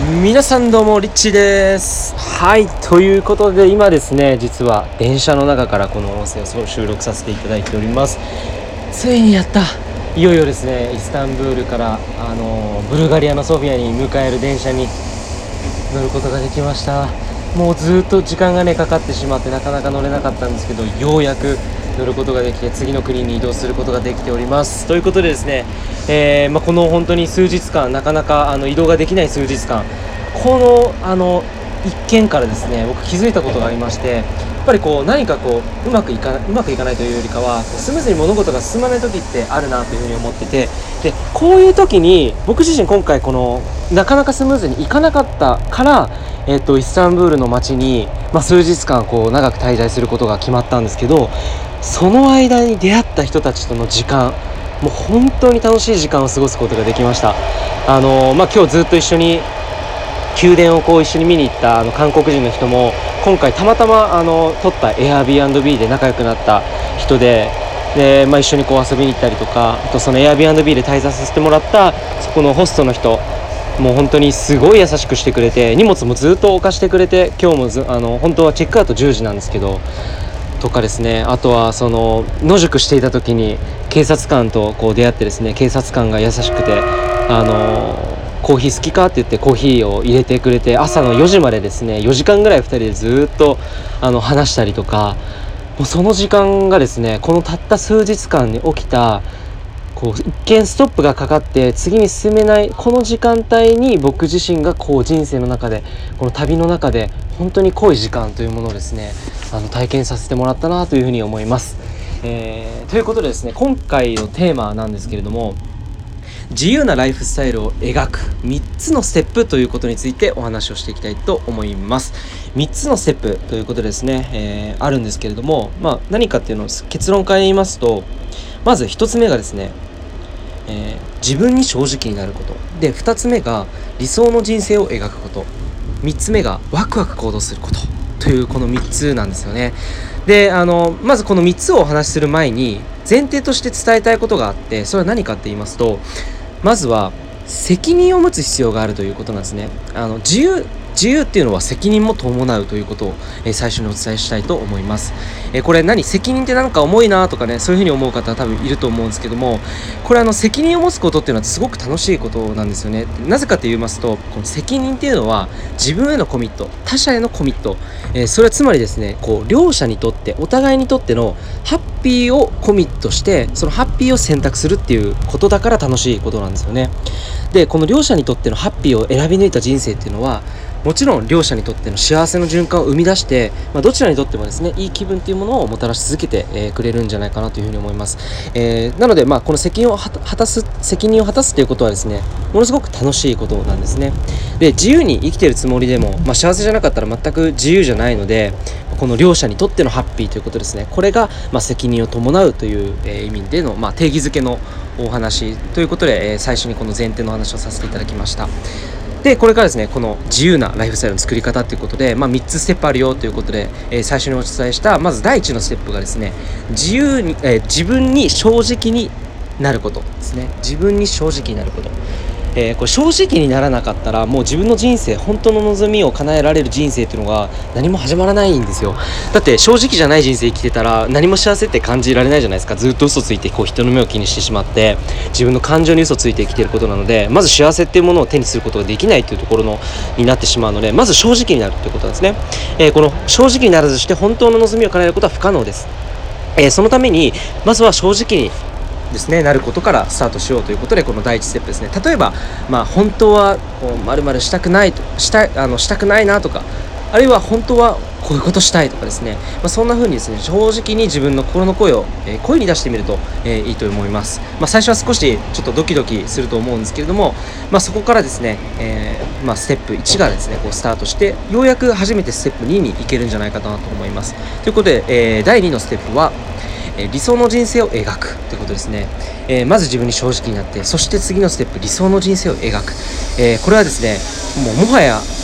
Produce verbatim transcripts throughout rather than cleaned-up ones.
皆さんどうもリッチーです。はい、ということで今ですね、実は電車の中からこの音声を収録させていただいております。ついにやった、いよいよですね、イスタンブールからあのブルガリアのソフィアに迎える電車に乗ることができました。もうずっと時間がねかかってしまってなかなか乗れなかったんですけど、ようやく乗ることができて次の国に移動することができております。ということでですね、えーまあ、この本当に数日間なかなかあの移動ができない数日間、このあの一件からですね、僕気づいたことがありまして、やっぱりこう何かこううまくいかうまくいかないというよりかは、スムーズに物事が進まない時ってあるなというふうに思ってて、でこういう時に僕自身今回このなかなかスムーズにいかなかったから、えっとイスタンブールの街に、まあ、数日間こう長く滞在することが決まったんですけど、その間に出会った人たちとの時間、もう本当に楽しい時間を過ごすことができました。あのまあ、今日ずっと一緒に宮殿をこう一緒に見に行ったあの韓国人の人も今回たまたまあの取った Airbnb で仲良くなった人で、で、まあ、一緒にこう遊びに行ったりとか、あとその Airbnb で滞在させてもらったそこのホストの人もう本当にすごい優しくしてくれて、荷物もずっと置かしてくれて、今日もずあの本当はチェックアウトじゅうじなんですけどとかですね、あとはその野宿していた時に警察官とこう出会ってですね、警察官が優しくて、あのコーヒー好きかって言ってコーヒーを入れてくれて、朝のよじまでですねよじかんぐらいふたりでずっとあの話したりとか、もうその時間がですね、このたった数日間に起きたこう一見ストップがかかって次に進めないこの時間帯に、僕自身がこう人生の中でこの旅の中で本当に濃い時間というものをですね、あの体験させてもらったなというふうに思います。えー、ということでですね、今回のテーマなんですけれども、自由なライフスタイルを描くみっつのステップということについてお話をしていきたいと思います。みっつのステップということでですね、えー、あるんですけれども、まあ、何かっていうのを結論から言いますと、まずひとつめがですね、えー、自分に正直になることで、ふたつめが理想の人生を描くこと、みっつめがワクワク行動することというこのみっつなんですよね。で、あのまずこのみっつをお話しする前に前提として伝えたいことがあって、それは何かって言いますと、まずは責任を持つ必要があるということなんですね。あの自由自由っていうのは責任も伴うということを、えー、最初にお伝えしたいと思います。えー、これ何責任ってなんか重いなとかね、そういうふうに思う方は多分いると思うんですけども、これあの責任を持つことっていうのはすごく楽しいことなんですよね。なぜかと言いますと、この責任っていうのは自分へのコミット、他者へのコミット、えー、それはつまりですね、こう両者にとってお互いにとってのハッピーをコミットして、そのハッピーを選択するっていうことだから楽しいことなんですよね。で、この両者にとってのハッピーを選び抜いた人生っていうのは、もちろん両者にとっての幸せの循環を生み出して、まあ、どちらにとってもですね、いい気分というものをもたらし続けて、えー、くれるんじゃないかなというふうに思います。えー、なので、まあ、この責任を果たす責任を果たすということはですね、ものすごく楽しいことなんですね。で、自由に生きているつもりでも、まあ、幸せじゃなかったら全く自由じゃないので、この両者にとってのハッピーということですね、これが、まあ、責任を伴うという、えー、意味での、まあ、定義づけのお話ということで、えー、最初にこの前提の話をさせていただきました。で、これからですね、この自由なライフスタイルの作り方ということで、まあ、みっつステップあるよということで、えー、最初にお伝えしたまずだいいちのステップがですね、自由に、えー、自分に正直になることですね。自分に正直になること、えー、これ正直にならなかったら、もう自分の人生、本当の望みを叶えられる人生っていうのが何も始まらないんですよ。だって正直じゃない人生生きてたら何も幸せって感じられないじゃないですか。ずっと嘘ついて、こう人の目を気にしてしまって自分の感情に嘘ついて生きていることなので、まず幸せっていうものを手にすることができないというところのになってしまうので、まず正直になるということなんですね。えー、この正直にならずして本当の望みを叶えることは不可能です。えー、そのためにまずは正直にですね、なることからスタートしようということで、このだいいちステップですね。例えば、まあ、本当はこう〇〇したくないとしたあのしたくないなとか、あるいは本当はこういうことしたいとかですね、まあ、そんな風にですね、正直に自分の心の声を、えー、声に出してみると、えー、いいと思います。まあ、最初は少しちょっとドキドキすると思うんですけれども、まあ、そこからですね、えーまあ、ステップいちがですねこうスタートして、ようやく初めてステップにに行けるんじゃないかなと思います。ということで、えー、だいにのステップはえー、理想の人生を描くということですね。えー、まず自分に正直になって、そして次のステップ、理想の人生を描く。えー、これはですね、もうもはや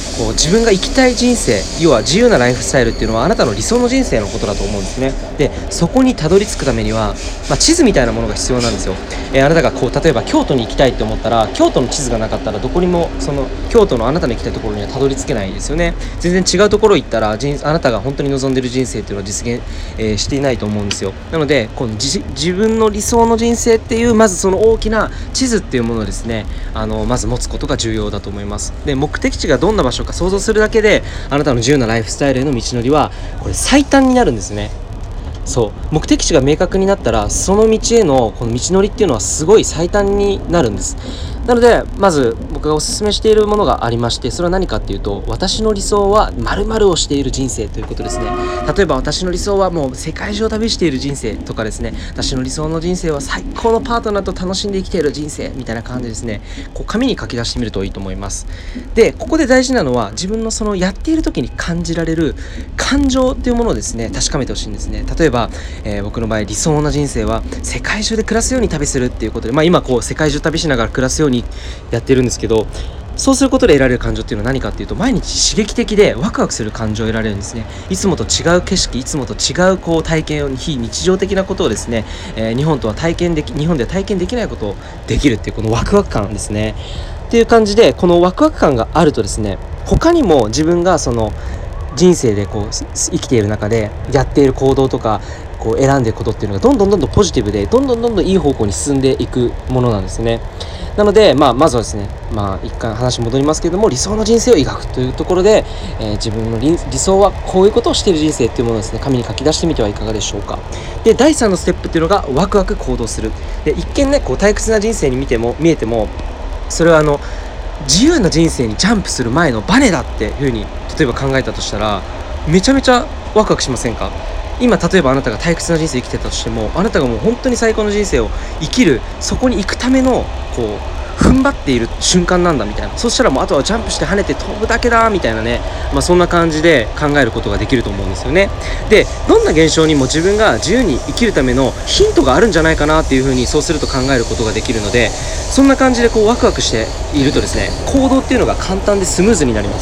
こう自分が生きたい人生、要は自由なライフスタイルっていうのはあなたの理想の人生のことだと思うんですね。でそこにたどり着くためには、まあ、地図みたいなものが必要なんですよ。えー、あなたがこう例えば京都に行きたいって思ったら、京都の地図がなかったらどこにもその京都のあなたの行きたいところにはたどり着けないですよね。全然違うところ行ったら人あなたが本当に望んでいる人生っていうのは実現、えー、していないと思うんですよ。なのでこの自分の理想の人生っていうまずその大きな地図っていうものをですね、あのまず持つことが重要だと思います。で目的地がどんな場所か想像するだけであなたの自由なライフスタイルへの道のりはこれ最短になるんですね。そう目的地が明確になったらその道へのこの道のりっていうのはすごい最短になるんです。なのでまず僕がおすすめしているものがありまして、それは何かっていうと、私の理想は〇〇をしている人生ということですね。例えば私の理想はもう世界中を旅している人生とかですね、私の理想の人生は最高のパートナーと楽しんで生きている人生みたいな感じでですね、こう紙に書き出してみるといいと思います。でここで大事なのは自分のそのやっている時に感じられる感情っていうものをですね確かめてほしいんですね。例えば、えー、僕の場合理想な人生は世界中で暮らすように旅するっていうことで、まあ今こう世界中旅しながら暮らすようにやってるんですけど、そうすることで得られる感情っていうのは何かっていうと、毎日刺激的でワクワクする感情を得られるんですね。いつもと違う景色、いつもと違うこう体験を、非日常的なことをですね、えー、日本とは体験でき日本では体験できないことをできるっていうこのワクワク感ですね。っていう感じで、このワクワク感があるとですね、他にも自分がその人生でこう生きている中でやっている行動とかこう選んでいくことっていうのがどんどんどんどんポジティブでどんどんどんどんいい方向に進んでいくものなんですね。なので、まあ、まずはですね、まあ、一回話戻りますけれども、理想の人生を描くというところで、えー、自分の理想はこういうことをしている人生っていうものをですね、紙に書き出してみてはいかがでしょうか。でだいさんのステップっていうのがワクワク行動する。で一見ねこう退屈な人生に見ても見えても、それはあの自由な人生にジャンプする前のバネだっていうふうに例えば考えたとしたら、めちゃめちゃワクワクしませんか。今例えばあなたが退屈な人生生きてたとしても、あなたがもう本当に最高の人生を生きる、そこに行くためのこう踏ん張っている瞬間なんだみたいな、そしたらもうあとはジャンプして跳ねて飛ぶだけだみたいなね、まあ、そんな感じで考えることができると思うんですよね。でどんな現象にも自分が自由に生きるためのヒントがあるんじゃないかなっていうふうに、そうすると考えることができるので、そんな感じでこうワクワクしているとですね、行動っていうのが簡単でスムーズになります。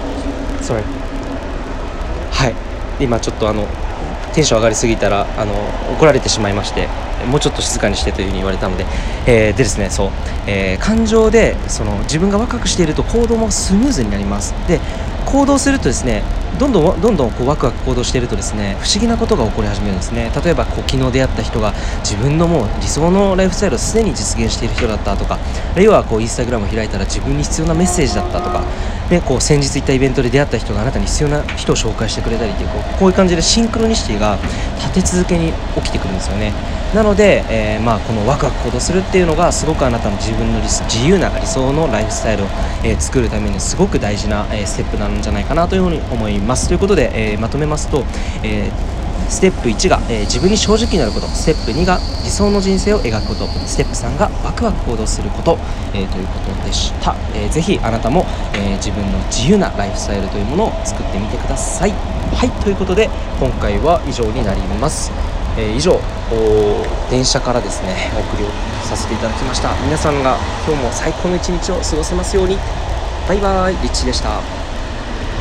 Sorry。 はい今ちょっとあのテンション上がりすぎたらあの怒られてしまいまして、もうちょっと静かにしてというふうに言われたので、えー、でですねそう、えー、感情でその自分がワクワクしていると行動もスムーズになります。で行動するとですね、どんどんどんどんこうワクワク行動しているとですね、不思議なことが起こり始めるんですね。例えばこう昨日出会った人が自分のもう理想のライフスタイルをすでに実現している人だったとか、あるいはこうインスタグラムを開いたら自分に必要なメッセージだったとか、でこう先日行ったイベントで出会った人があなたに必要な人を紹介してくれたりという、こうこういう感じでシンクロニシティが立て続けに起きてくるんですよね。なので、えーまあ、このワクワク行動するっていうのがすごくあなたの自分の理自由な理想のライフスタイルを、えー、作るためにすごく大事な、えー、ステップなんじゃないかなというふうに思います。ということで、えー、まとめますと、えーステップいちが、えー、自分に正直になること、ステップにが理想の人生を描くこと、ステップさんがワクワク行動すること、えー、ということでした。えー、ぜひあなたも、えー、自分の自由なライフスタイルというものを作ってみてください。はい、ということで今回は以上になります。えー、以上電車からですねお送りをさせていただきました。皆さんが今日も最高の一日を過ごせますように。バイバイ、リッチーでした。